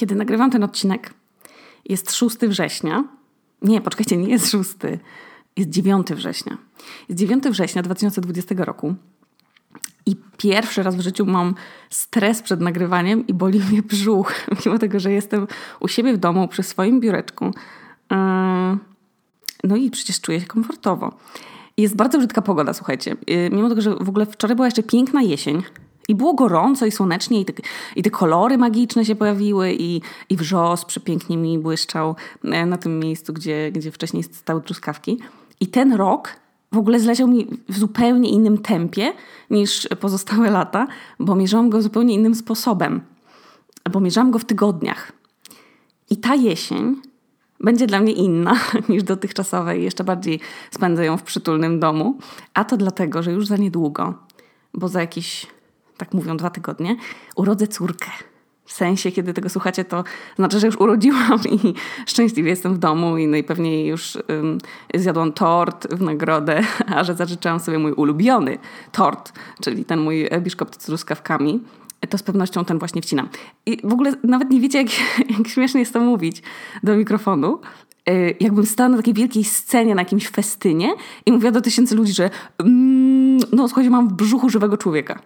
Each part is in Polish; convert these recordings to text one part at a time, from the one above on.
kiedy nagrywam ten odcinek, jest 6 września. Nie, poczekajcie, nie jest 6. Jest 9 września. Jest 9 września 2020 roku. I pierwszy raz w życiu mam stres przed nagrywaniem i boli mnie brzuch. Mimo tego, że jestem u siebie w domu przy swoim biureczku. No i przecież czuję się komfortowo. Jest bardzo brzydka pogoda, słuchajcie. Mimo tego, że w ogóle wczoraj była jeszcze piękna jesień. I było gorąco i słonecznie i te kolory magiczne się pojawiły i wrzos przepięknie mi błyszczał na tym miejscu, gdzie wcześniej stały truskawki. I ten rok w ogóle zleciał mi w zupełnie innym tempie niż pozostałe lata, bo mierzyłam go zupełnie innym sposobem. Bo mierzyłam go w tygodniach. I ta jesień będzie dla mnie inna niż dotychczasowe i jeszcze bardziej spędzę ją w przytulnym domu. A to dlatego, że już za niedługo, bo za jakieś, tak mówią, 2 tygodnie, urodzę córkę. W sensie, kiedy tego słuchacie, to znaczy, że już urodziłam i szczęśliwie jestem w domu i najpewniej już zjadłam tort w nagrodę, a że zażyczyłam sobie mój ulubiony tort, czyli ten mój biszkopt z truskawkami, to z pewnością ten właśnie wcinam. I w ogóle nawet nie wiecie, jak śmiesznie jest to mówić do mikrofonu. Jakbym stała na takiej wielkiej scenie, na jakimś festynie i mówiła do 1000 ludzi, że no słuchajcie, mam w brzuchu żywego człowieka.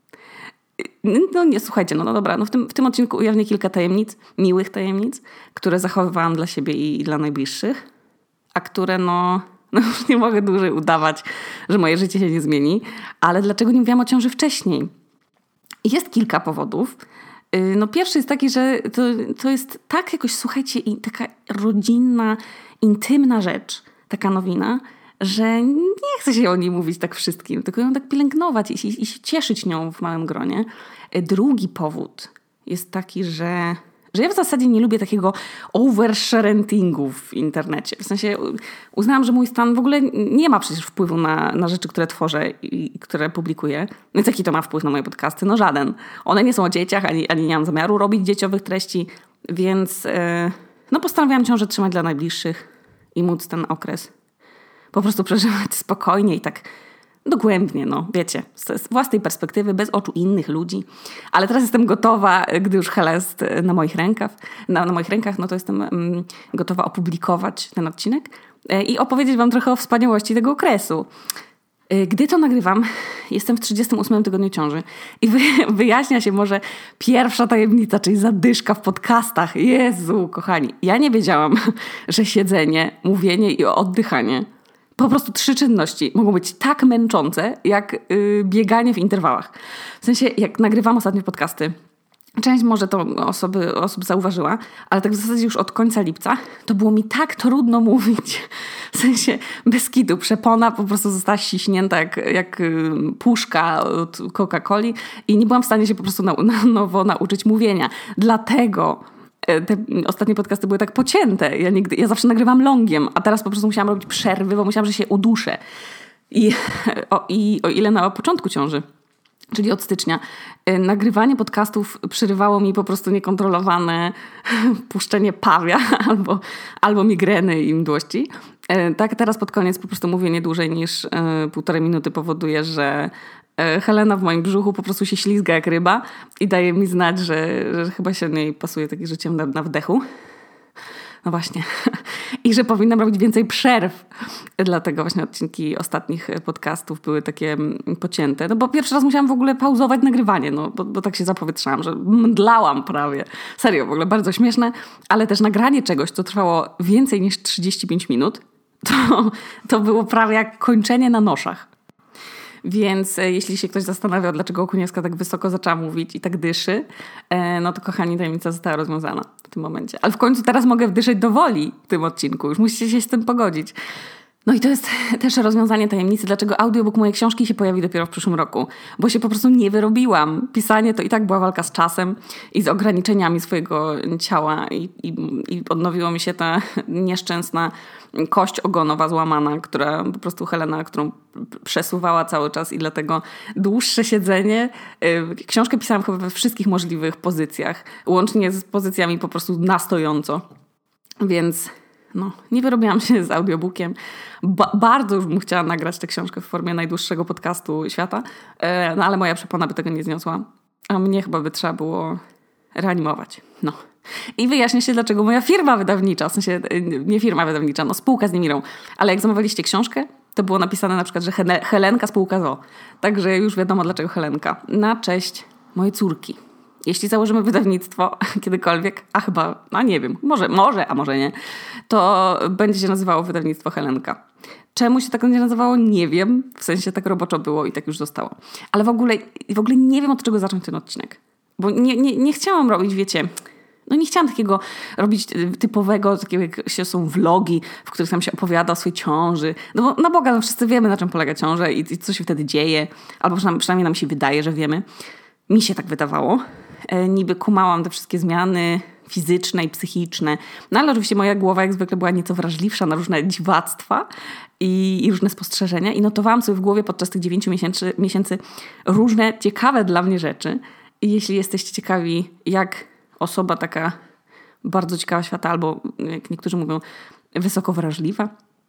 No nie, słuchajcie, no dobra, no w tym odcinku ujawnię kilka tajemnic, miłych tajemnic, które zachowywałam dla siebie i dla najbliższych, a które no już nie mogę dłużej udawać, że moje życie się nie zmieni. Ale dlaczego nie mówiłam o ciąży wcześniej? Jest kilka powodów. No pierwszy jest taki, że to jest tak jakoś, słuchajcie, i taka rodzinna, intymna rzecz, taka nowina, że nie chce się o niej mówić tak wszystkim, tylko ją tak pielęgnować i się cieszyć nią w małym gronie. Drugi powód jest taki, że ja w zasadzie nie lubię takiego oversharentingu w internecie. W sensie uznałam, że mój stan w ogóle nie ma przecież wpływu na rzeczy, które tworzę i które publikuję. Więc jaki to ma wpływ na moje podcasty? No żaden. One nie są o dzieciach, ani nie mam zamiaru robić dzieciowych treści, więc no postanowiłam ciążę trzymać dla najbliższych i móc ten okres po prostu przeżywać spokojnie i tak dogłębnie, no wiecie, z własnej perspektywy, bez oczu innych ludzi. Ale teraz jestem gotowa, gdy już Hela jest na moich rękach, no to jestem gotowa opublikować ten odcinek i opowiedzieć wam trochę o wspaniałości tego okresu. Gdy to nagrywam, jestem w 38 tygodniu ciąży i wyjaśnia się może pierwsza tajemnica, czyli zadyszka w podcastach. Jezu, kochani, ja nie wiedziałam, że siedzenie, mówienie i oddychanie, po prostu 3 czynności mogą być tak męczące, jak bieganie w interwałach. W sensie, jak nagrywam ostatnio podcasty, część może to osób zauważyła, ale tak w zasadzie już od końca lipca to było mi tak trudno mówić. W sensie bez kitu. Przepona po prostu została ściśnięta jak puszka od Coca-Coli i nie byłam w stanie się po prostu na nowo nauczyć mówienia. Dlatego te ostatnie podcasty były tak pocięte. Ja zawsze nagrywam longiem, a teraz po prostu musiałam robić przerwy, bo musiałam, że się uduszę. I o ile na początku ciąży, czyli od stycznia, nagrywanie podcastów przerywało mi po prostu niekontrolowane puszczenie pawia albo migreny i mdłości. Tak teraz pod koniec po prostu mówienie dłużej niż 1,5 minuty powoduje, że Helena w moim brzuchu po prostu się ślizga jak ryba i daje mi znać, że chyba się niej pasuje takie życie na wdechu. No właśnie. I że powinnam robić więcej przerw. Dlatego właśnie odcinki ostatnich podcastów były takie pocięte. No bo pierwszy raz musiałam w ogóle pauzować nagrywanie, no bo tak się zapowietrzałam, że mdlałam prawie. Serio, w ogóle bardzo śmieszne. Ale też nagranie czegoś, co trwało więcej niż 35 minut, to było prawie jak kończenie na noszach. Więc jeśli się ktoś zastanawiał, dlaczego Okuniewska tak wysoko zaczęła mówić i tak dyszy, no to kochani, tajemnica została rozwiązana w tym momencie. Ale w końcu teraz mogę wdyszeć do woli w tym odcinku. Już musicie się z tym pogodzić. No i to jest też rozwiązanie tajemnicy, dlaczego audiobook mojej książki się pojawi dopiero w przyszłym roku. Bo się po prostu nie wyrobiłam. Pisanie to i tak była walka z czasem i z ograniczeniami swojego ciała i odnowiło mi się ta nieszczęsna kość ogonowa złamana, która po prostu Helena, którą przesuwała cały czas i dlatego dłuższe siedzenie. Książkę pisałam chyba we wszystkich możliwych pozycjach, łącznie z pozycjami po prostu na stojąco. Więc no, nie wyrobiłam się z audiobookiem. Bardzo już bym chciała nagrać tę książkę w formie najdłuższego podcastu świata, no ale moja przepona by tego nie zniosła. A mnie chyba by trzeba było reanimować. No. I wyjaśnię się, dlaczego moja firma wydawnicza, w sensie nie firma wydawnicza, no spółka z Niemirą, ale jak zamawialiście książkę, to było napisane na przykład, że Helenka spółka ZOO. Także już wiadomo, dlaczego Helenka. Na cześć mojej córki. Jeśli założymy wydawnictwo kiedykolwiek, a chyba, no nie wiem, może, a może nie, to będzie się nazywało wydawnictwo Helenka. Czemu się tak będzie nazywało? Nie wiem. W sensie tak roboczo było i tak już zostało. Ale w ogóle nie wiem, od czego zacząć ten odcinek. Bo nie chciałam robić, wiecie... No nie chciałam takiego robić typowego, takiego jak się są vlogi, w których tam się opowiada o swojej ciąży. No bo na Boga, no wszyscy wiemy, na czym polega ciąża i co się wtedy dzieje. Albo przynajmniej nam się wydaje, że wiemy. Mi się tak wydawało. Niby kumałam te wszystkie zmiany fizyczne i psychiczne. No ale oczywiście moja głowa jak zwykle była nieco wrażliwsza na różne dziwactwa i różne spostrzeżenia. I notowałam sobie w głowie podczas tych 9 miesięcy różne ciekawe dla mnie rzeczy. I jeśli jesteście ciekawi, jak osoba taka bardzo ciekawa świata, albo jak niektórzy mówią, wysoko wrażliwa,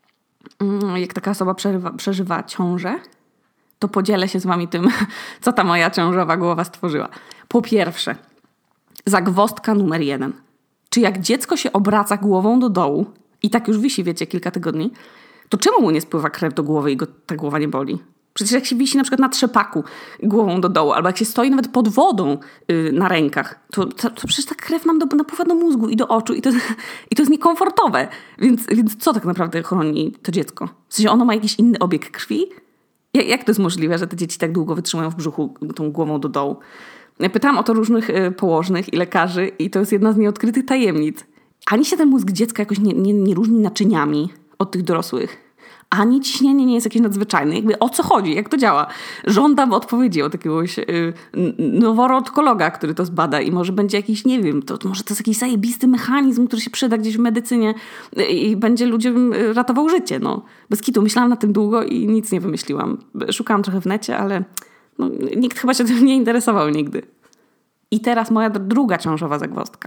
jak taka osoba przeżywa ciążę, to podzielę się z wami tym, co ta moja ciążowa głowa stworzyła. Po pierwsze, zagwozdka numer 1. Czy jak dziecko się obraca głową do dołu i tak już wisi, wiecie, kilka tygodni, to czemu mu nie spływa krew do głowy i go ta głowa nie boli? Przecież jak się wisi na przykład na trzepaku głową do dołu, albo jak się stoi nawet pod wodą na rękach, to przecież ta krew nam napływa do mózgu i do oczu i to jest niekomfortowe. Więc co tak naprawdę chroni to dziecko? W sensie ono ma jakiś inny obieg krwi? Jak to jest możliwe, że te dzieci tak długo wytrzymują w brzuchu tą głową do dołu? Ja pytałam o to różnych położnych i lekarzy i to jest jedna z nieodkrytych tajemnic. Ani się ten mózg dziecka jakoś nie różni naczyniami od tych dorosłych. Ani ciśnienie nie jest jakieś nadzwyczajne. Jakby o co chodzi? Jak to działa? Żądam odpowiedzi od jakiegoś noworodkologa, który to zbada i może będzie jakiś, nie wiem, może to jest jakiś zajebisty mechanizm, który się przyda gdzieś w medycynie i będzie ludziom ratował życie. No. Bez kitu. Myślałam na tym długo i nic nie wymyśliłam. Szukałam trochę w necie, ale nikt chyba się tym nie interesował nigdy. I teraz moja druga ciążowa zagwozdka.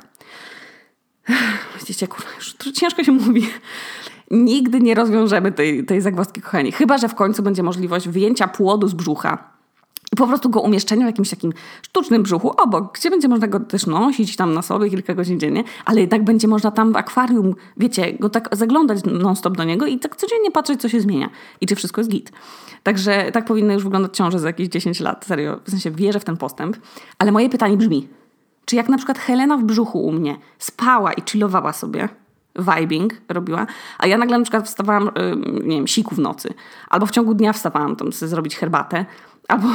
Widzicie, kurwa, już ciężko się mówi. Nigdy nie rozwiążemy tej zagwozdki, kochani. Chyba że w końcu będzie możliwość wyjęcia płodu z brzucha i po prostu go umieszczenia w jakimś takim sztucznym brzuchu obok, gdzie będzie można go też nosić tam na sobie kilka godzin dziennie, ale jednak będzie można tam w akwarium, wiecie, go tak zaglądać non-stop do niego i tak codziennie patrzeć, co się zmienia i czy wszystko jest git. Także tak powinny już wyglądać ciąże za jakieś 10 lat. Serio, w sensie wierzę w ten postęp. Ale moje pytanie brzmi, czy jak na przykład Helena w brzuchu u mnie spała i chillowała sobie, vibing robiła, a ja nagle na przykład wstawałam, nie wiem, siku w nocy, albo w ciągu dnia wstawałam tam sobie zrobić herbatę, albo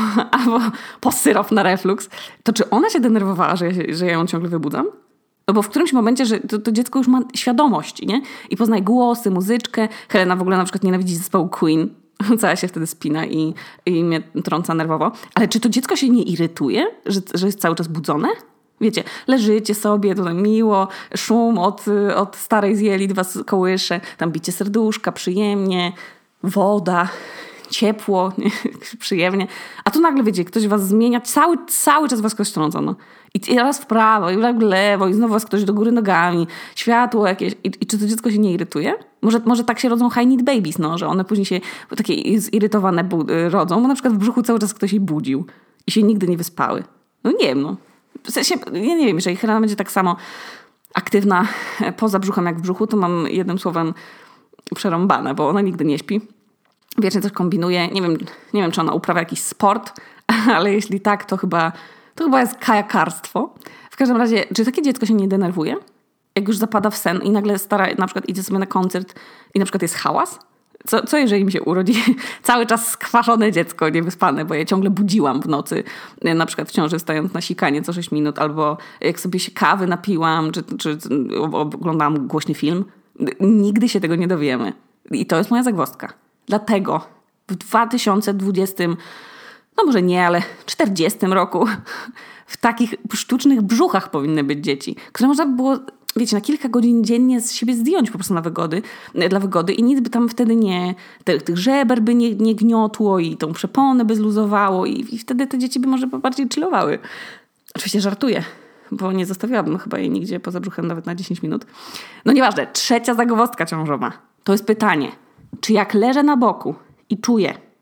po syrop na reflux, to czy ona się denerwowała, że ja ją ciągle wybudzam? No bo w którymś momencie, że to dziecko już ma świadomość, nie? I poznaje głosy, muzyczkę. Helena w ogóle na przykład nienawidzi zespołu Queen. Cała się wtedy spina i mnie trąca nerwowo. Ale czy to dziecko się nie irytuje, że jest cały czas budzone? Wiecie, leżycie sobie, tutaj miło, szum od starej z jelit was kołysze, tam bicie serduszka, przyjemnie, woda, ciepło, przyjemnie. A tu nagle, wiecie, ktoś was zmienia, cały czas was ktoś trąca, no. I raz w prawo, i w lewo, i znowu was ktoś do góry nogami, światło jakieś. I czy to dziecko się nie irytuje? Może tak się rodzą high need babies, no, że one później się takie zirytowane rodzą, bo na przykład w brzuchu cały czas ktoś jej budził i się nigdy nie wyspały. No nie wiem, no. W sensie, ja nie wiem, jeżeli Helena będzie tak samo aktywna poza brzuchem jak w brzuchu, to mam jednym słowem przerąbane, bo ona nigdy nie śpi. Wiecznie coś kombinuje. Nie wiem, czy ona uprawia jakiś sport, ale jeśli tak, to chyba jest kajakarstwo. W każdym razie, czy takie dziecko się nie denerwuje? Jak już zapada w sen i nagle na przykład idzie sobie na koncert i na przykład jest hałas? Co jeżeli mi się urodzi cały czas skwaszone dziecko, niewyspane, bo je ciągle budziłam w nocy, na przykład w ciąży stając na sikanie co 6 minut, albo jak sobie się kawy napiłam, czy oglądałam głośny film. Nigdy się tego nie dowiemy. I to jest moja zagwozdka. Dlatego w 2020, no może nie, ale 40 roku w takich sztucznych brzuchach powinny być dzieci, które można by było, wiecie, na kilka godzin dziennie z siebie zdjąć po prostu dla wygody i nic by tam wtedy tych żeber by nie gniotło i tą przeponę by zluzowało i wtedy te dzieci by może bardziej chillowały. Oczywiście żartuję, bo nie zostawiłabym chyba jej nigdzie poza brzuchem nawet na 10 minut. No nieważne, trzecia zagwozdka ciążowa. To jest pytanie, czy jak leżę na boku i czuję,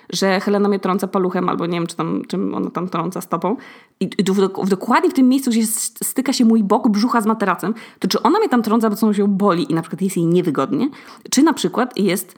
że Helena mnie trąca paluchem albo nie wiem, czym ona tam trąca stopą i dokładnie w tym miejscu, gdzie styka się mój bok brzucha z materacem, to czy ona mnie tam trąca, bo coś ją boli i na przykład jest jej niewygodnie, czy na przykład jest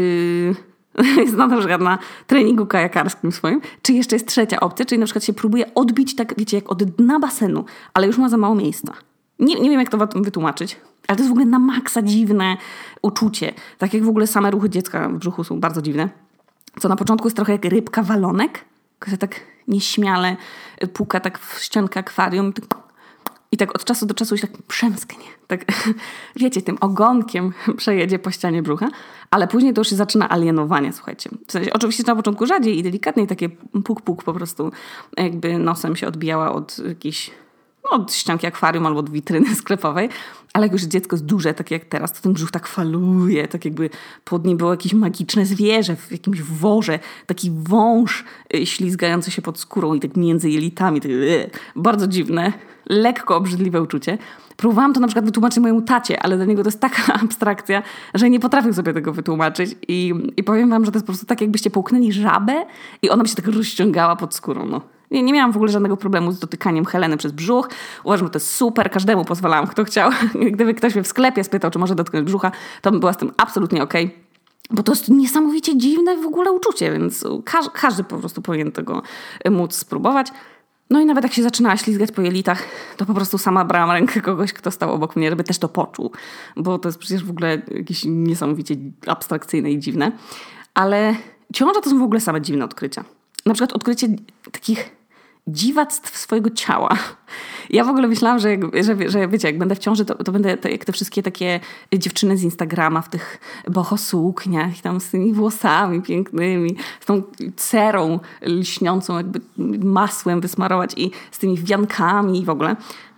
na przykład na treningu kajakarskim swoim, czy jeszcze jest trzecia opcja, czyli na przykład się próbuje odbić tak, wiecie, jak od dna basenu, ale już ma za mało miejsca. Nie wiem, jak to wytłumaczyć, ale to jest w ogóle na maksa dziwne uczucie. Tak jak w ogóle same ruchy dziecka w brzuchu są bardzo dziwne. Co na początku jest trochę jak rybka walonek, która tak nieśmiale puka tak w ściankę akwarium i tak od czasu do czasu się tak przemsknie. Tak, wiecie, tym ogonkiem przejedzie po ścianie brzucha, ale później to już się zaczyna alienowanie, słuchajcie. W sensie, oczywiście na początku rzadziej i delikatniej, takie puk po prostu jakby nosem się odbijała od jakiejś od ścianki akwarium albo od witryny sklepowej, ale jak już dziecko jest duże, tak jak teraz, to ten brzuch tak faluje, tak jakby pod nim było jakieś magiczne zwierzę w jakimś worze, taki wąż ślizgający się pod skórą i tak między jelitami. Tak, bardzo dziwne, lekko obrzydliwe uczucie. Próbowałam to na przykład wytłumaczyć mojemu tacie, ale dla niego to jest taka abstrakcja, że nie potrafię sobie tego wytłumaczyć i powiem wam, że to jest po prostu tak, jakbyście połknęli żabę i ona by się tak rozciągała pod skórą, no. Nie miałam w ogóle żadnego problemu z dotykaniem Heleny przez brzuch. Uważam, że to jest super. Każdemu pozwalałam, kto chciał. Gdyby ktoś mnie w sklepie spytał, czy może dotknąć brzucha, to bym była z tym absolutnie okej. Bo to jest niesamowicie dziwne w ogóle uczucie, więc każdy po prostu powinien tego móc spróbować. No i nawet jak się zaczynała ślizgać po jelitach, to po prostu sama brałam rękę kogoś, kto stał obok mnie, żeby też to poczuł. Bo to jest przecież w ogóle jakieś niesamowicie abstrakcyjne i dziwne. Ale ciąża to są w ogóle same dziwne odkrycia. Na przykład odkrycie takich dziwactw swojego ciała. Ja w ogóle myślałam, że wiecie, jak będę w ciąży, to będę jak te wszystkie takie dziewczyny z Instagrama w tych boho sukniach i tam z tymi włosami pięknymi, z tą cerą lśniącą jakby masłem wysmarować i z tymi wiankami i w ogóle.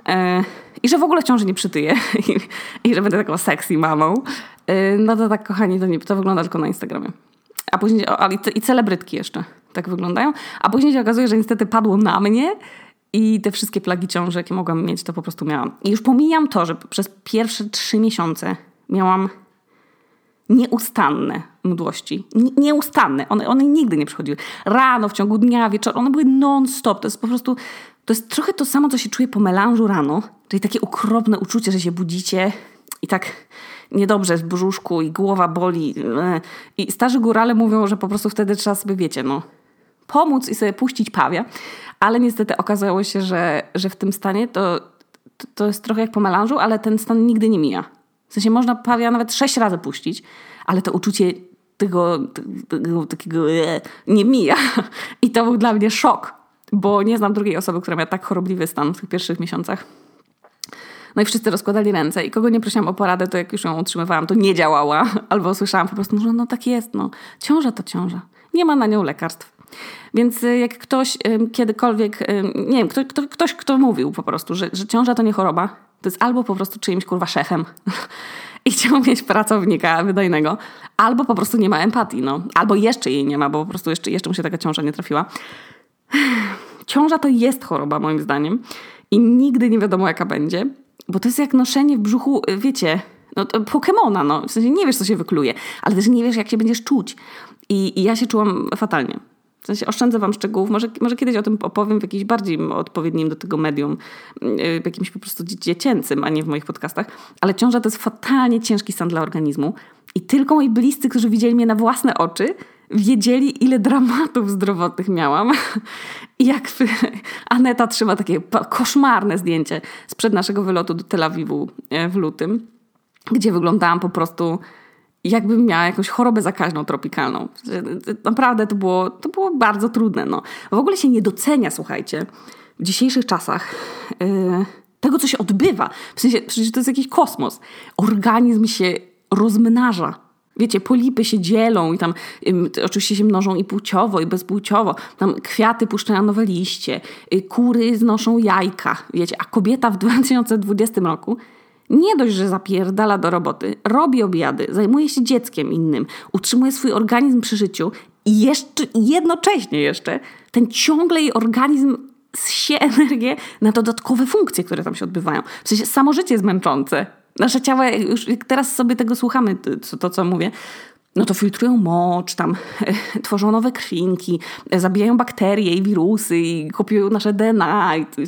I że w ogóle w ciąży nie przytyję i że będę taką sexy mamą. No to tak, kochani, to wygląda tylko na Instagramie. A później i celebrytki jeszcze tak wyglądają. A później się okazuje, że niestety padło na mnie i te wszystkie plagi ciąży, jakie mogłam mieć, to po prostu miałam. I już pomijam to, że przez pierwsze 3 miesiące miałam nieustanne mdłości. Nieustanne. One nigdy nie przychodziły. Rano, w ciągu dnia, wieczór. One były non-stop. To jest po prostu, to jest trochę to samo, co się czuje po melanżu rano. Czyli takie okropne uczucie, że się budzicie i tak niedobrze w brzuszku i głowa boli. I starzy górale mówią, że po prostu wtedy trzeba sobie, wiecie, pomóc i sobie puścić pawia. Ale niestety okazało się, że w tym stanie to jest trochę jak po melanżu, ale ten stan nigdy nie mija. W sensie można pawia nawet 6 razy puścić, ale to uczucie tego takiego nie mija. I to był dla mnie szok, bo nie znam drugiej osoby, która miała tak chorobliwy stan w tych pierwszych miesiącach. No i wszyscy rozkładali ręce i kogo nie prosiłam o poradę, to jak już ją utrzymywałam, to nie działała. Albo słyszałam po prostu, że tak jest, ciąża to ciąża. Nie ma na nią lekarstw. Więc jak ktoś kiedykolwiek, nie wiem, ktoś, kto mówił po prostu, że ciąża to nie choroba, to jest albo po prostu czyimś szefem i chciał mieć pracownika wydajnego, albo po prostu nie ma empatii, albo jeszcze jej nie ma, bo po prostu jeszcze mu się taka ciąża nie trafiła. Ciąża to jest choroba moim zdaniem i nigdy nie wiadomo jaka będzie, bo to jest jak noszenie w brzuchu, wiecie, Pokemona, w sensie nie wiesz co się wykluje, ale też nie wiesz jak się będziesz czuć i ja się czułam fatalnie. W sensie oszczędzę wam szczegółów, może kiedyś o tym opowiem w jakimś bardziej odpowiednim do tego medium, w jakimś po prostu dziecięcym, a nie w moich podcastach, ale ciąża to jest fatalnie ciężki stan dla organizmu i tylko moi bliscy, którzy widzieli mnie na własne oczy, wiedzieli ile dramatów zdrowotnych miałam i jak Aneta trzyma takie koszmarne zdjęcie sprzed naszego wylotu do Tel Awiwu w lutym, gdzie wyglądałam po prostu jakbym miała jakąś chorobę zakaźną, tropikalną. Naprawdę to było bardzo trudne. W ogóle się nie docenia, słuchajcie, w dzisiejszych czasach tego, co się odbywa. W sensie, przecież to jest jakiś kosmos. Organizm się rozmnaża. Wiecie, polipy się dzielą i tam oczywiście się mnożą i płciowo, i bezpłciowo. Tam kwiaty puszczają nowe liście, kury znoszą jajka. Wiecie, a kobieta w 2020 roku nie dość, że zapierdala do roboty, robi obiady, zajmuje się dzieckiem innym, utrzymuje swój organizm przy życiu i jednocześnie jeszcze ten ciągle jej organizm zsie energię na dodatkowe funkcje, które tam się odbywają. W sensie samo życie jest męczące. Nasze ciała, już jak teraz sobie tego słuchamy, to co mówię, no to filtrują mocz, tam tworzą nowe krwinki, zabijają bakterie i wirusy i kopiują nasze DNA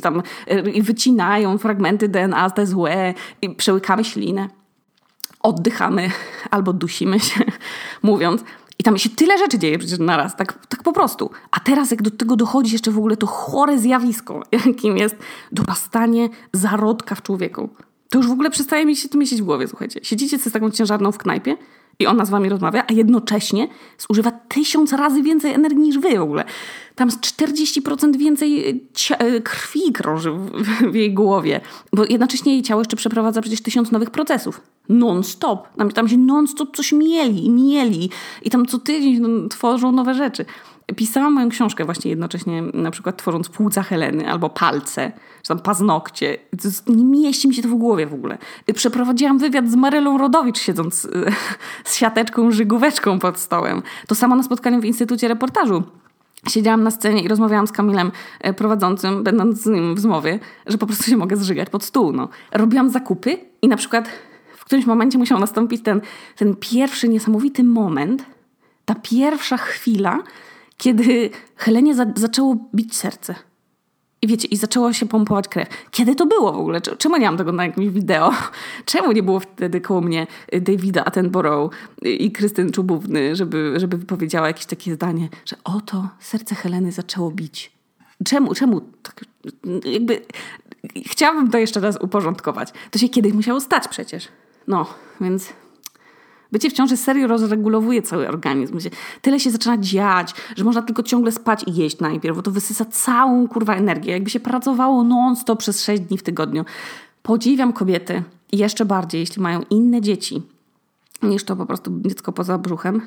i wycinają fragmenty DNA, te złe i przełykamy ślinę. Oddychamy albo dusimy się, mówiąc. I tam się tyle rzeczy dzieje przecież naraz, tak po prostu. A teraz jak do tego dochodzi jeszcze w ogóle to chore zjawisko, jakim jest dorastanie zarodka w człowieku. To już w ogóle przestaje mi się to mieścić w głowie, słuchajcie. Siedzicie z taką ciężarną w knajpie i ona z wami rozmawia, a jednocześnie zużywa 1000 razy więcej energii niż wy w ogóle. Tam z 40% więcej krwi krąży w jej głowie, bo jednocześnie jej ciało jeszcze przeprowadza przecież 1000 nowych procesów. Non-stop. Tam się non-stop coś mieli i tam co tydzień tworzą nowe rzeczy. Pisałam moją książkę właśnie jednocześnie, na przykład tworząc płuca Heleny, albo palce, czy tam paznokcie. Nie mieści mi się to w głowie w ogóle. Przeprowadziłam wywiad z Marylą Rodowicz, siedząc z siateczką, żygóweczką pod stołem. To samo na spotkaniu w Instytucie Reportażu. Siedziałam na scenie i rozmawiałam z Kamilem prowadzącym, będąc z nim w zmowie, że po prostu się mogę zżygać pod stół. No. Robiłam zakupy i na przykład w którymś momencie musiał nastąpić ten pierwszy niesamowity moment, ta pierwsza chwila, kiedy Helenie zaczęło bić serce. I wiecie, i zaczęło się pompować krew. Kiedy to było w ogóle? Czemu nie mam tego na jakimś wideo? Czemu nie było wtedy koło mnie Davida Attenborough i Krystyny Czubówny, żeby wypowiedziała jakieś takie zdanie, że oto serce Heleny zaczęło bić. Czemu tak jakby... Chciałabym to jeszcze raz uporządkować. To się kiedyś musiało stać przecież. No, więc... Bycie w ciąży serio rozregulowuje cały organizm. Tyle się zaczyna dziać, że można tylko ciągle spać i jeść najpierw, bo to wysysa całą energię. Jakby się pracowało non-stop przez 6 dni w tygodniu. Podziwiam kobiety i jeszcze bardziej, jeśli mają inne dzieci niż to po prostu dziecko poza brzuchem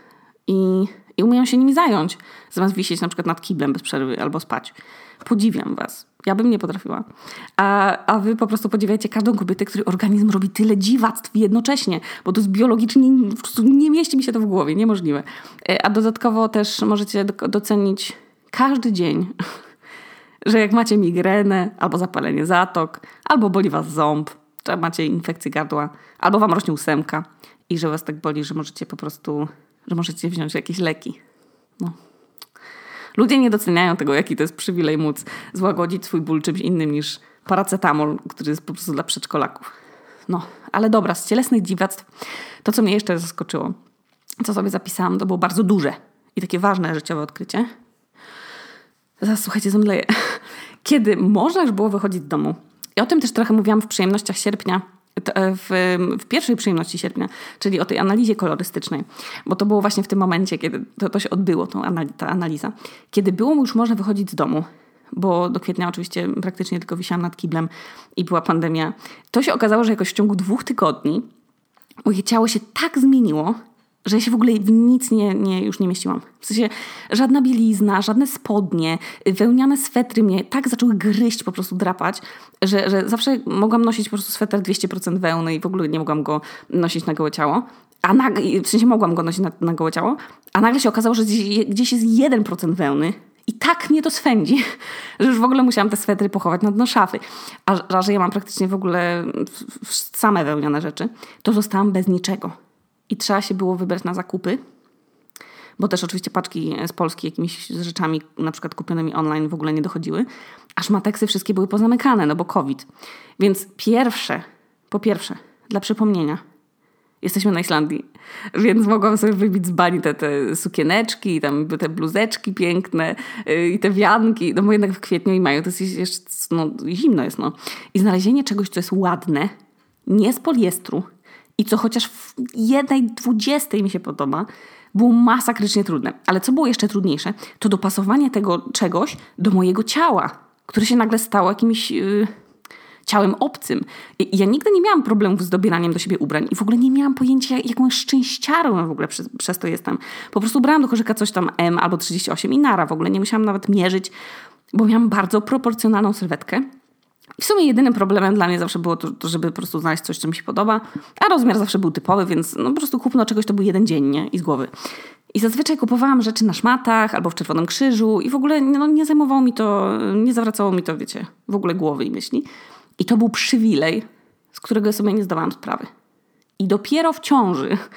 i umieją się nimi zająć, zamiast wisieć na przykład nad kiblem bez przerwy albo spać. Podziwiam was. Ja bym nie potrafiła. A wy po prostu podziwiajcie każdą kobietę, której organizm robi tyle dziwactw jednocześnie, bo to jest biologicznie, po prostu nie mieści mi się to w głowie, niemożliwe. A dodatkowo też możecie docenić każdy dzień, że jak macie migrenę, albo zapalenie zatok, albo boli was ząb, czy macie infekcję gardła, albo wam rośnie ósemka i że was tak boli, że możecie po prostu, że możecie wziąć jakieś leki. No. Ludzie nie doceniają tego, jaki to jest przywilej móc złagodzić swój ból czymś innym niż paracetamol, który jest po prostu dla przedszkolaków. No, ale dobra, z cielesnych dziwactw, to co mnie jeszcze zaskoczyło, co sobie zapisałam, to było bardzo duże i takie ważne życiowe odkrycie. Zaraz, słuchajcie, zemdleję. Kiedy można już było wychodzić z domu. I o tym też trochę mówiłam w przyjemnościach sierpnia, w pierwszej przyjemności sierpnia, czyli o tej analizie kolorystycznej, bo to było właśnie w tym momencie, kiedy to się odbyło, ta analiza, kiedy było już można wychodzić z domu, bo do kwietnia oczywiście praktycznie tylko wisiałam nad kiblem i była pandemia. To się okazało, że jakoś w ciągu 2 tygodni moje ciało się tak zmieniło, że ja się w ogóle w nic już nie mieściłam. W sensie żadna bielizna, żadne spodnie, wełniane swetry mnie tak zaczęły gryźć, po prostu drapać, że zawsze mogłam nosić po prostu sweter 200% wełny i w ogóle nie mogłam go nosić na gołe ciało. W sensie mogłam go nosić na gołe ciało, a nagle się okazało, że gdzieś jest 1% wełny i tak mnie to swędzi, że już w ogóle musiałam te swetry pochować na dno szafy. A że ja mam praktycznie w ogóle same wełniane rzeczy, to zostałam bez niczego. I trzeba się było wybrać na zakupy, bo też oczywiście paczki z Polski jakimiś rzeczami, na przykład kupionymi online, w ogóle nie dochodziły. A szmateksy wszystkie były pozamykane, no bo COVID. Więc po pierwsze, dla przypomnienia, jesteśmy na Islandii, więc mogłam sobie wybić z bani te sukieneczki, i tam te bluzeczki piękne i te wianki, no bo jednak w kwietniu i maju to jest jeszcze zimno jest, no. I znalezienie czegoś, co jest ładne, nie z poliestru, i co chociaż w 1/20 mi się podoba, było masakrycznie trudne. Ale co było jeszcze trudniejsze, to dopasowanie tego czegoś do mojego ciała, które się nagle stało jakimś ciałem obcym. I ja nigdy nie miałam problemów z dobieraniem do siebie ubrań i w ogóle nie miałam pojęcia, jaką szczęściarą w ogóle przez to jestem. Po prostu brałam do koszyka coś tam M albo 38 i nara. W ogóle nie musiałam nawet mierzyć, bo miałam bardzo proporcjonalną sylwetkę. I w sumie jedynym problemem dla mnie zawsze było to, żeby po prostu znaleźć coś, co mi się podoba, a rozmiar zawsze był typowy, więc po prostu kupno czegoś to był jeden dzień, nie? I z głowy. I zazwyczaj kupowałam rzeczy na szmatach albo w Czerwonym Krzyżu i w ogóle nie zajmowało mi to, nie zawracało mi to, wiecie, w ogóle głowy i myśli. I to był przywilej, z którego ja sobie nie zdawałam sprawy. I dopiero w ciąży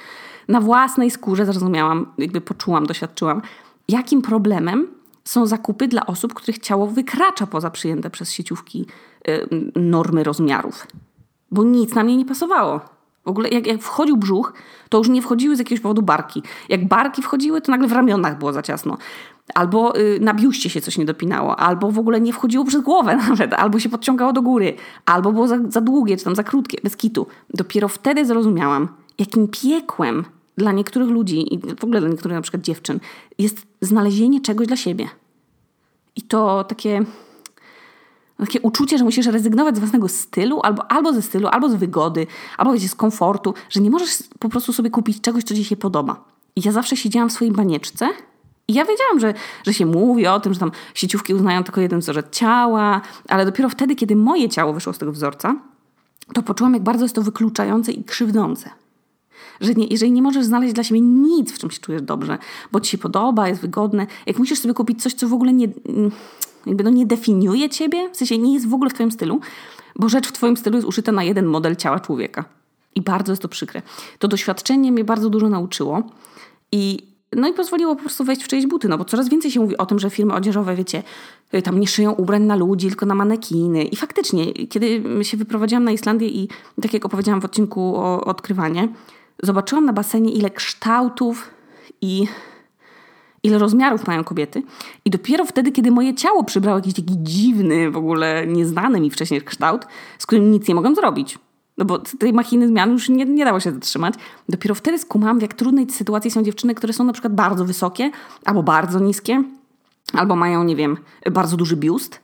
na własnej skórze zrozumiałam, jakby poczułam, doświadczyłam, jakim problemem są zakupy dla osób, których ciało wykracza poza przyjęte przez sieciówki normy rozmiarów. Bo nic na mnie nie pasowało. W ogóle jak wchodził brzuch, to już nie wchodziły z jakiegoś powodu barki. Jak barki wchodziły, to nagle w ramionach było za ciasno. Albo na biuście się coś nie dopinało, albo w ogóle nie wchodziło przez głowę nawet, albo się podciągało do góry, albo było za długie, czy tam za krótkie, bez kitu. Dopiero wtedy zrozumiałam, jakim piekłem dla niektórych ludzi i w ogóle dla niektórych na przykład dziewczyn jest znalezienie czegoś dla siebie. I to takie uczucie, że musisz rezygnować z własnego stylu, albo ze stylu, albo z wygody, albo wiecie, z komfortu, że nie możesz po prostu sobie kupić czegoś, co ci się podoba. I ja zawsze siedziałam w swojej banieczce i ja wiedziałam, że się mówi o tym, że tam sieciówki uznają tylko jeden wzorzec ciała, ale dopiero wtedy, kiedy moje ciało wyszło z tego wzorca, to poczułam, jak bardzo jest to wykluczające i krzywdzące. Że jeżeli nie możesz znaleźć dla siebie nic, w czym się czujesz dobrze, bo ci się podoba, jest wygodne, jak musisz sobie kupić coś, co w ogóle nie definiuje ciebie, w sensie nie jest w ogóle w twoim stylu, bo rzecz w twoim stylu jest uszyta na jeden model ciała człowieka. I bardzo jest to przykre. To doświadczenie mnie bardzo dużo nauczyło i pozwoliło po prostu wejść w czyjeś buty, bo coraz więcej się mówi o tym, że firmy odzieżowe, wiecie, tam nie szyją ubrań na ludzi, tylko na manekiny. I faktycznie, kiedy się wyprowadziłam na Islandię i tak jak opowiedziałam w odcinku o odkrywanie, zobaczyłam na basenie, ile kształtów i ile rozmiarów mają kobiety. I dopiero wtedy, kiedy moje ciało przybrało jakiś taki dziwny, w ogóle nieznany mi wcześniej kształt, z którym nic nie mogłam zrobić. No bo tej machiny zmian już nie dało się zatrzymać. Dopiero wtedy skumałam, w jak trudnej sytuacji są dziewczyny, które są na przykład bardzo wysokie, albo bardzo niskie, albo mają, nie wiem, bardzo duży biust,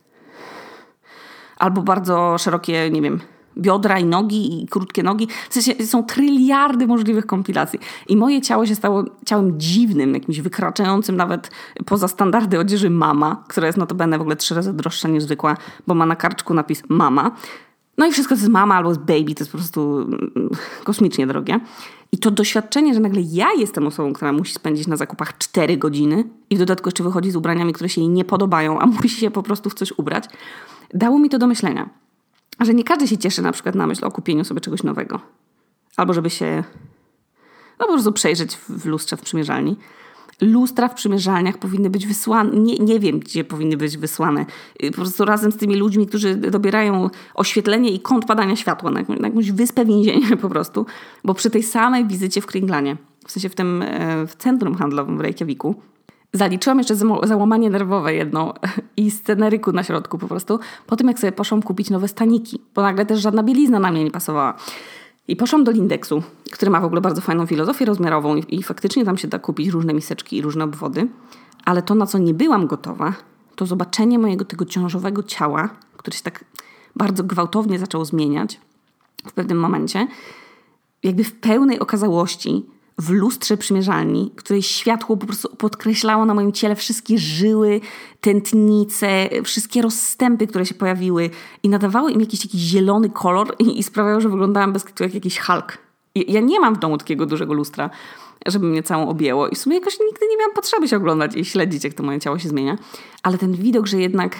albo bardzo szerokie, nie wiem, biodra i nogi i krótkie nogi. W sensie są tryliardy możliwych kompilacji. I moje ciało się stało ciałem dziwnym, jakimś wykraczającym nawet poza standardy odzieży mama, która jest notabene w ogóle 3 razy droższa niż zwykła, bo ma na karczku napis mama. No i wszystko, co jest mama albo jest baby, to jest po prostu kosmicznie drogie. I to doświadczenie, że nagle ja jestem osobą, która musi spędzić na zakupach 4 godziny i w dodatku jeszcze wychodzi z ubraniami, które się jej nie podobają, a musi się po prostu w coś ubrać, dało mi to do myślenia. Że nie każdy się cieszy na przykład na myśl o kupieniu sobie czegoś nowego. Albo żeby się po prostu przejrzeć w lustrze w przymierzalni. Lustra w przymierzalniach powinny być wysłane. Nie wiem, gdzie powinny być wysłane. Po prostu razem z tymi ludźmi, którzy dobierają oświetlenie i kąt padania światła na jakąś wyspę więzienia po prostu. Bo przy tej samej wizycie w Kringlanie, w sensie w centrum handlowym w Reykjaviku, zaliczyłam jeszcze załamanie nerwowe jedno i sceneryku na środku po prostu. Po tym, jak sobie poszłam kupić nowe staniki, bo nagle też żadna bielizna na mnie nie pasowała. I poszłam do Lindexu, który ma w ogóle bardzo fajną filozofię rozmiarową i faktycznie tam się da kupić różne miseczki i różne obwody. Ale to, na co nie byłam gotowa, to zobaczenie mojego tego ciążowego ciała, które się tak bardzo gwałtownie zaczęło zmieniać w pewnym momencie, jakby w pełnej okazałości, w lustrze przymierzalni, której światło po prostu podkreślało na moim ciele wszystkie żyły, tętnice, wszystkie rozstępy, które się pojawiły i nadawały im jakiś taki zielony kolor i sprawiały, że wyglądałam bez kitu jak jakiś Hulk. Ja nie mam w domu takiego dużego lustra, żeby mnie całą objęło i w sumie jakoś nigdy nie miałam potrzeby się oglądać i śledzić, jak to moje ciało się zmienia. Ale ten widok, że jednak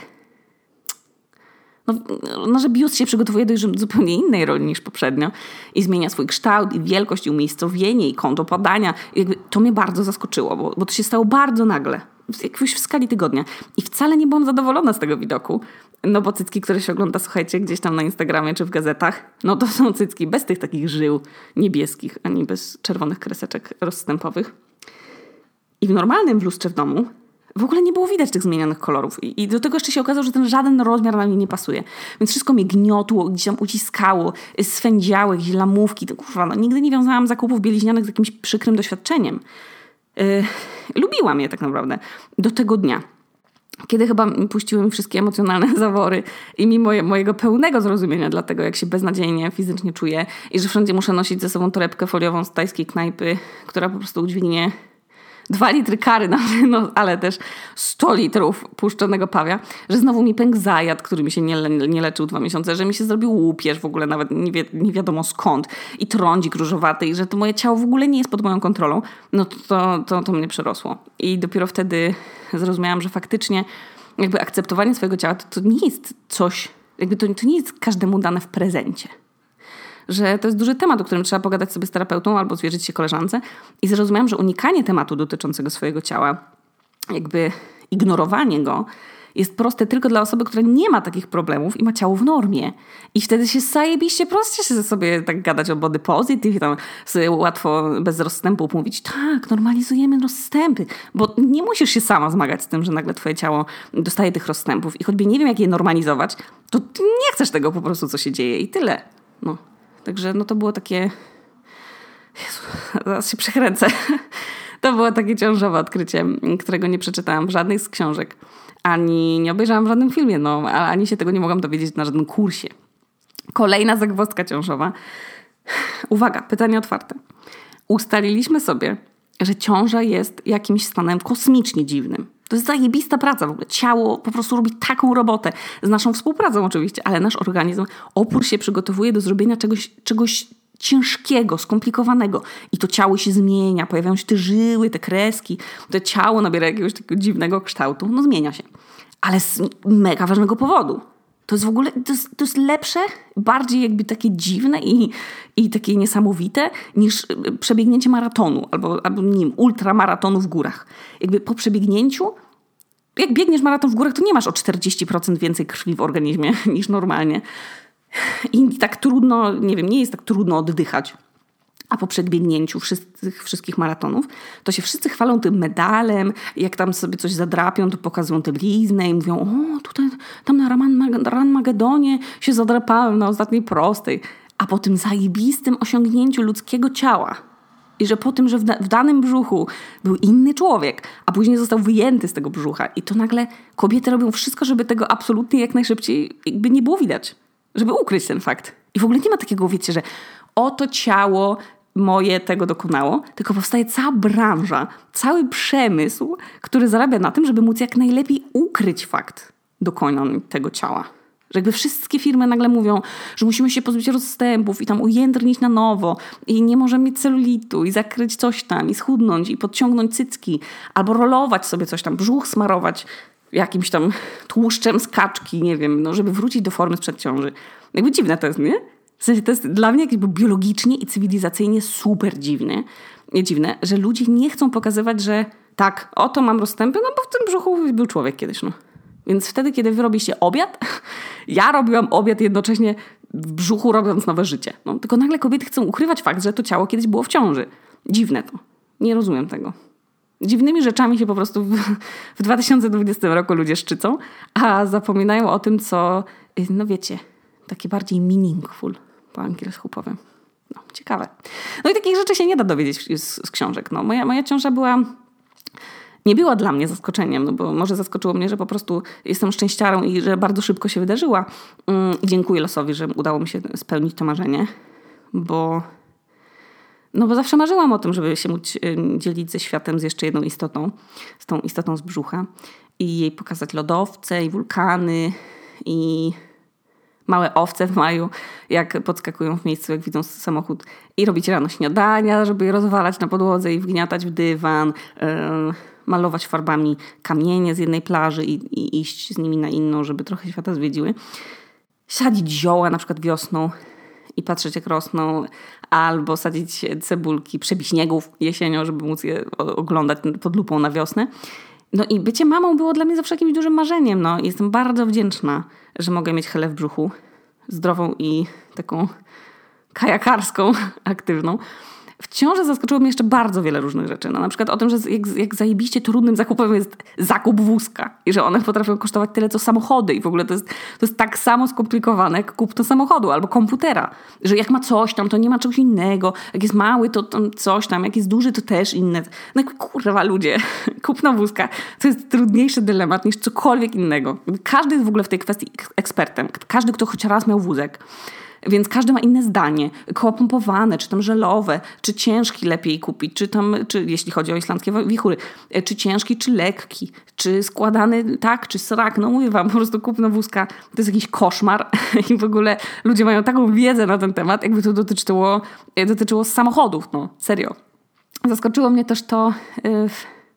że biust się przygotowuje do zupełnie innej roli niż poprzednio i zmienia swój kształt i wielkość i umiejscowienie i kąt opadania. To mnie bardzo zaskoczyło, bo to się stało bardzo nagle, jakoś w skali tygodnia. I wcale nie byłam zadowolona z tego widoku, bo cycki, które się ogląda, słuchajcie, gdzieś tam na Instagramie czy w gazetach, to są cycki bez tych takich żył niebieskich, ani bez czerwonych kreseczek rozstępowych. I w normalnym lustrze w domu w ogóle nie było widać tych zmienionych kolorów. I do tego jeszcze się okazało, że ten żaden rozmiar na mnie nie pasuje. Więc wszystko mnie gniotło, gdzieś tam uciskało, swędziały, jakieś lamówki. Nigdy nie wiązałam zakupów bieliźnianych z jakimś przykrym doświadczeniem. Lubiłam je tak naprawdę. Do tego dnia. Kiedy chyba puściły mi wszystkie emocjonalne zawory i mimo mojego pełnego zrozumienia dla tego, jak się beznadziejnie fizycznie czuję i że wszędzie muszę nosić ze sobą torebkę foliową z tajskiej knajpy, która po prostu udźwignie 2 litry kary, ale też 100 litrów puszczonego pawia, że znowu mi pękł zajad, który mi się nie leczył 2 miesiące, że mi się zrobił łupież w ogóle nawet nie wiadomo skąd i trądzik różowaty i że to moje ciało w ogóle nie jest pod moją kontrolą, to mnie przerosło. I dopiero wtedy zrozumiałam, że faktycznie jakby akceptowanie swojego ciała to nie jest coś, jakby to nie jest każdemu dane w prezencie. że to jest duży temat, o którym trzeba pogadać sobie z terapeutą albo zwierzyć się koleżance. I zrozumiałam, że unikanie tematu dotyczącego swojego ciała, jakby ignorowanie go, jest proste tylko dla osoby, która nie ma takich problemów i ma ciało w normie. I wtedy się zajebiście proście się sobie tak gadać o body positive i tam sobie łatwo bez rozstępów mówić, tak, normalizujemy rozstępy, bo nie musisz się sama zmagać z tym, że nagle twoje ciało dostaje tych rozstępów i choćby nie wiem, jak je normalizować, to ty nie chcesz tego po prostu, co się dzieje i tyle. No. Także no to było takie... Jezu, zaraz się przekręcę. To było takie ciążowe odkrycie, którego nie przeczytałam w żadnej z książek. Ani nie obejrzałam w żadnym filmie, ani się tego nie mogłam dowiedzieć na żadnym kursie. Kolejna zagwozdka ciążowa. Uwaga, pytanie otwarte. Ustaliliśmy sobie, że ciąża jest jakimś stanem kosmicznie dziwnym. To jest zajebista praca w ogóle. Ciało po prostu robi taką robotę. Z naszą współpracą oczywiście, ale nasz organizm, opór się przygotowuje do zrobienia czegoś ciężkiego, skomplikowanego. I to ciało się zmienia, pojawiają się te żyły, te kreski, to ciało nabiera jakiegoś takiego dziwnego kształtu. No zmienia się. Ale z mega ważnego powodu. To jest w ogóle, to jest lepsze, bardziej jakby takie dziwne i takie niesamowite niż przebiegnięcie maratonu albo nie wiem, ultramaratonu w górach. Jakby po przebiegnięciu, jak biegniesz maraton w górach, to nie masz o 40% więcej krwi w organizmie niż normalnie. I tak trudno, nie wiem, nie jest tak trudno oddychać. A po przebiegnięciu wszystkich maratonów, to się wszyscy chwalą tym medalem, jak tam sobie coś zadrapią, to pokazują tę bliznę i mówią, o, tutaj, tam na Ranmagedonie się zadrapałem na ostatniej prostej. A po tym zajebistym osiągnięciu ludzkiego ciała i że po tym, że w danym brzuchu był inny człowiek, a później został wyjęty z tego brzucha i to nagle kobiety robią wszystko, żeby tego absolutnie jak najszybciej jakby nie było widać. Żeby ukryć ten fakt. I w ogóle nie ma takiego, wiecie, że oto ciało moje tego dokonało, tylko powstaje cała branża, cały przemysł, który zarabia na tym, żeby móc jak najlepiej ukryć fakt dokonań tego ciała. Że jakby wszystkie firmy nagle mówią, że musimy się pozbyć rozstępów i tam ujędrnić na nowo i nie możemy mieć celulitu i zakryć coś tam i schudnąć i podciągnąć cycki albo rolować sobie coś tam, brzuch smarować jakimś tam tłuszczem z kaczki, nie wiem, no, żeby wrócić do formy sprzed ciąży. Jakby dziwne to jest, nie? W sensie to jest dla mnie jakby biologicznie i cywilizacyjnie super dziwne, że ludzie nie chcą pokazywać, że tak, oto mam rozstępy, no bo w tym brzuchu był człowiek kiedyś, no. Więc wtedy, kiedy wy robiliście obiad, ja robiłam obiad jednocześnie w brzuchu robiąc nowe życie. No, tylko nagle kobiety chcą ukrywać fakt, że to ciało kiedyś było w ciąży. Dziwne to. Nie rozumiem tego. Dziwnymi rzeczami się po prostu w 2020 roku ludzie szczycą, a zapominają o tym, co, no wiecie, takie bardziej meaningful, po angielsku powiem. No, ciekawe. No i takich rzeczy się nie da dowiedzieć z książek. No, moja ciąża nie była dla mnie zaskoczeniem, no bo może zaskoczyło mnie, że po prostu jestem szczęściarą i że bardzo szybko się wydarzyła. I dziękuję losowi, że udało mi się spełnić to marzenie, bo zawsze marzyłam o tym, żeby się móc dzielić ze światem z jeszcze jedną istotą, z tą istotą z brzucha i jej pokazać lodowce i wulkany i małe owce w maju, jak podskakują w miejscu, jak widzą samochód i robić rano śniadania, żeby je rozwalać na podłodze i wgniatać w dywan, malować farbami kamienie z jednej plaży i iść z nimi na inną, żeby trochę świata zwiedziły. Sadzić zioła na przykład wiosną i patrzeć jak rosną, albo sadzić cebulki, przebić śniegów jesienią, żeby móc je oglądać pod lupą na wiosnę. No i bycie mamą było dla mnie zawsze jakimś dużym marzeniem. No. Jestem bardzo wdzięczna, że mogę mieć Helę w brzuchu, zdrową i taką kajakarską, aktywną. W ciąży zaskoczyło mnie jeszcze bardzo wiele różnych rzeczy. No, na przykład o tym, że jak zajebiście trudnym zakupem jest zakup wózka i że one potrafią kosztować tyle, co samochody. I w ogóle to jest tak samo skomplikowane, jak kupno samochodu albo komputera. Że jak ma coś tam, to nie ma czegoś innego. Jak jest mały, to tam coś tam. Jak jest duży, to też inne. No kurwa ludzie, kupno wózka to jest trudniejszy dylemat niż cokolwiek innego. Każdy jest w ogóle w tej kwestii ekspertem. Każdy, kto choć raz miał wózek. Więc każdy ma inne zdanie. Koła pompowane, czy tam żelowe, czy ciężki lepiej kupić, czy jeśli chodzi o islandzkie wichury, czy ciężki, czy lekki, czy składany tak, czy srak. No mówię wam, po prostu kupno wózka to jest jakiś koszmar i w ogóle ludzie mają taką wiedzę na ten temat, jakby to dotyczyło samochodów, no serio. Zaskoczyło mnie też to,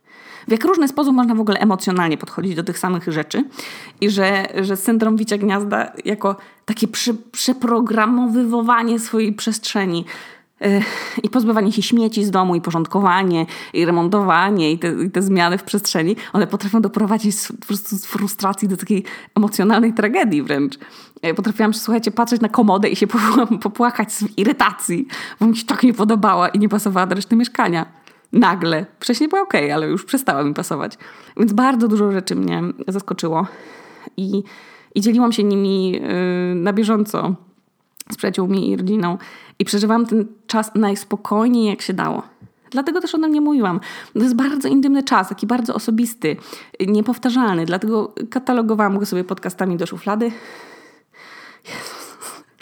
w jak różny sposób można w ogóle emocjonalnie podchodzić do tych samych rzeczy i że syndrom wicia gniazda jako takie przeprogramowywanie swojej przestrzeni i pozbywanie się śmieci z domu i porządkowanie i remontowanie i te zmiany w przestrzeni, one potrafią doprowadzić po prostu z frustracji do takiej emocjonalnej tragedii wręcz. Potrafiłam, słuchajcie, patrzeć na komodę i się popłakać z irytacji, bo mi się tak nie podobała i nie pasowała do reszty mieszkania. Nagle. Wcześniej była okej, ale już przestała mi pasować. Więc bardzo dużo rzeczy mnie zaskoczyło i dzieliłam się nimi na bieżąco z przyjaciółmi i rodziną i przeżywałam ten czas najspokojniej jak się dało. Dlatego też o tym nie mówiłam. To jest bardzo intymny czas, taki bardzo osobisty, niepowtarzalny. Dlatego katalogowałam go sobie podcastami do szuflady. Jezus.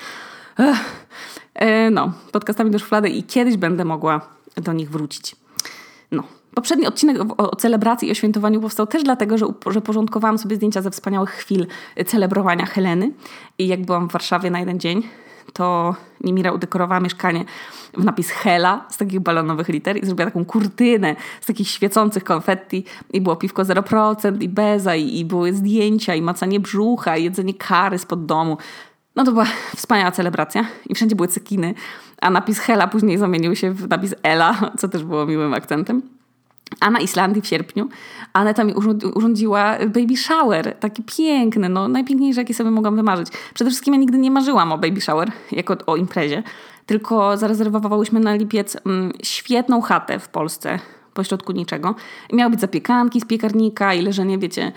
Podcastami do szuflady i kiedyś będę mogła do nich wrócić. Poprzedni odcinek o celebracji i o świętowaniu powstał też dlatego, że porządkowałam sobie zdjęcia ze wspaniałych chwil celebrowania Heleny. I jak byłam w Warszawie na jeden dzień, to Nimira udekorowała mieszkanie w napis Hela z takich balonowych liter i zrobiła taką kurtynę z takich świecących konfetti i było piwko 0% i beza i były zdjęcia i macanie brzucha i jedzenie kary spod domu. To była wspaniała celebracja i wszędzie były cekiny, a napis Hela później zamienił się w napis Ela, co też było miłym akcentem. A na Islandii w sierpniu Aneta mi urządziła baby shower, taki piękny, najpiękniejszy, jaki sobie mogłam wymarzyć. Przede wszystkim ja nigdy nie marzyłam o baby shower, jako o imprezie, tylko zarezerwowałyśmy na lipiec świetną chatę w Polsce, pośrodku niczego. I miały być zapiekanki z piekarnika i leżenie, wiecie,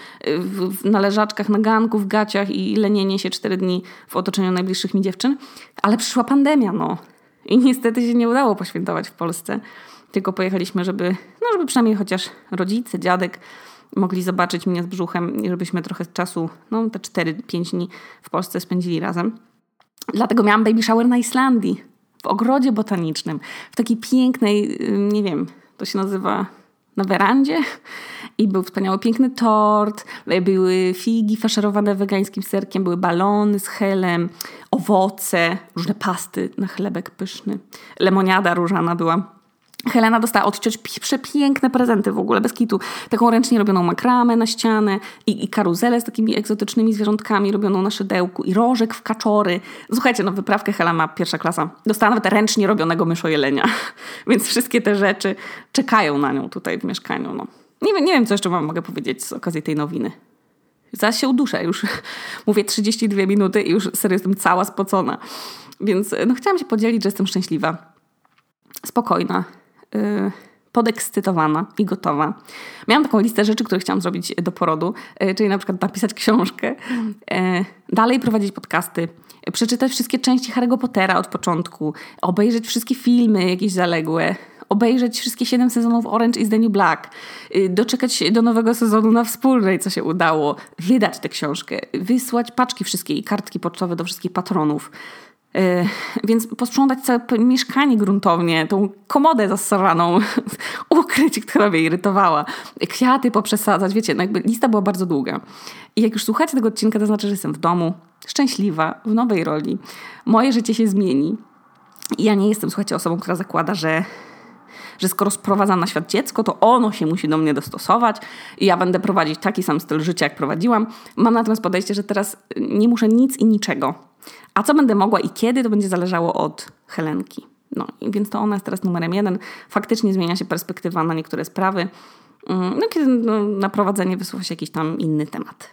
na leżaczkach, na ganku, w gaciach i lenienie się 4 dni w otoczeniu najbliższych mi dziewczyn. Ale przyszła pandemia, I niestety się nie udało poświętować w Polsce. Tylko pojechaliśmy, żeby przynajmniej chociaż rodzice, dziadek mogli zobaczyć mnie z brzuchem i żebyśmy trochę czasu, te 4-5 dni w Polsce spędzili razem. Dlatego miałam baby shower na Islandii, w ogrodzie botanicznym, w takiej pięknej, nie wiem, to się nazywa na werandzie i był wspaniały, piękny tort, były figi faszerowane wegańskim serkiem, były balony z helem, owoce, różne pasty na chlebek pyszny, lemoniada różana była. Helena dostała od cioci przepiękne prezenty w ogóle, bez kitu. Taką ręcznie robioną makramę na ścianę i karuzelę z takimi egzotycznymi zwierzątkami robioną na szydełku i rożek w kaczory. Słuchajcie, wyprawkę Hela ma pierwsza klasa. Dostała nawet ręcznie robionego myszojelenia. Więc wszystkie te rzeczy czekają na nią tutaj w mieszkaniu. Nie wiem, co jeszcze wam mogę powiedzieć z okazji tej nowiny. Zaś się uduszę. Już mówię 32 minuty i już serio jestem cała spocona. Więc chciałam się podzielić, że jestem szczęśliwa, spokojna, podekscytowana i gotowa. Miałam taką listę rzeczy, które chciałam zrobić do porodu, czyli na przykład napisać książkę, dalej prowadzić podcasty, przeczytać wszystkie części Harry'ego Pottera od początku, obejrzeć wszystkie filmy jakieś zaległe, obejrzeć wszystkie 7 sezonów Orange is the New Black, doczekać się do nowego sezonu na Wspólnej, co się udało, wydać tę książkę, wysłać paczki wszystkie i kartki pocztowe do wszystkich patronów. Więc posprzątać całe mieszkanie gruntownie, tą komodę zasraną, ukryć, która mnie irytowała, kwiaty poprzesadzać, wiecie, lista była bardzo długa. I jak już słuchacie tego odcinka, to znaczy, że jestem w domu, szczęśliwa, w nowej roli, moje życie się zmieni. I ja nie jestem, słuchajcie, osobą, która zakłada, że skoro sprowadzam na świat dziecko, to ono się musi do mnie dostosować i ja będę prowadzić taki sam styl życia, jak prowadziłam. Mam natomiast podejście, że teraz nie muszę nic i niczego. A co będę mogła i kiedy, to będzie zależało od Helenki. I więc to ona jest teraz numerem 1. Faktycznie zmienia się perspektywa na niektóre sprawy, kiedy na prowadzenie wysuwa się jakiś tam inny temat.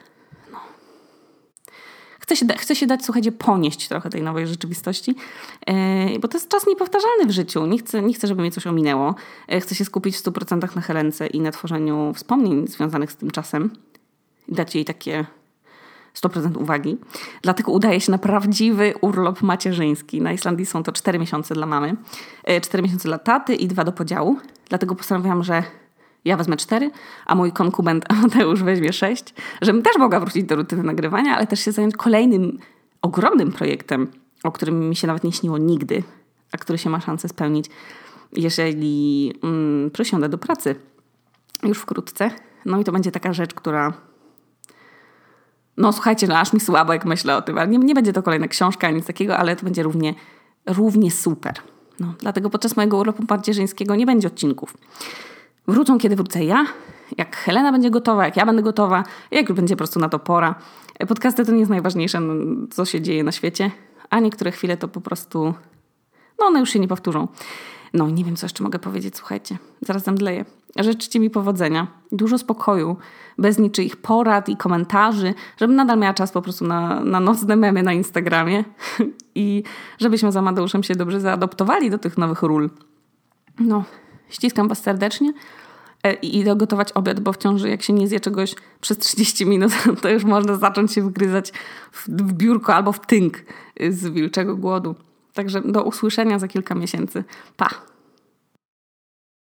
Chcę się dać, słuchajcie, ponieść trochę tej nowej rzeczywistości, bo to jest czas niepowtarzalny w życiu. Nie chcę, żeby mnie coś ominęło. Chcę się skupić w 100% na Helence i na tworzeniu wspomnień związanych z tym czasem. Dać jej takie 100% uwagi. Dlatego udaje się na prawdziwy urlop macierzyński. Na Islandii są to 4 miesiące dla mamy, 4 miesiące dla taty i 2 do podziału. Dlatego postanowiłam, że ja wezmę 4, a mój konkubent Mateusz weźmie 6, żebym też mogła wrócić do rutyny nagrywania, ale też się zająć kolejnym ogromnym projektem, o którym mi się nawet nie śniło nigdy, a który się ma szansę spełnić, jeżeli przysiądę do pracy już wkrótce. I to będzie taka rzecz, która... słuchajcie, aż mi słabo, jak myślę o tym, ale nie będzie to kolejna książka, ani nic takiego, ale to będzie równie super. Dlatego podczas mojego urlopu macierzyńskiego nie będzie odcinków. Wrócą, kiedy wrócę ja jak Helena będzie gotowa, jak ja będę gotowa, jak już będzie po prostu na to pora. Podcasty to nie jest najważniejsze, co się dzieje na świecie, a niektóre chwile to po prostu, one już się nie powtórzą. Nie wiem, co jeszcze mogę powiedzieć, słuchajcie. Zaraz zemdleję. Życzcie mi powodzenia, dużo spokoju, bez niczyich porad i komentarzy, żebym nadal miała czas po prostu na nocne memy na Instagramie i żebyśmy z Amadeuszem się dobrze zaadoptowali do tych nowych ról. Ściskam was serdecznie i idę gotować obiad, bo w ciąży jak się nie zje czegoś przez 30 minut, to już można zacząć się wgryzać w biurko albo w tynk z wilczego głodu. Także do usłyszenia za kilka miesięcy. Pa!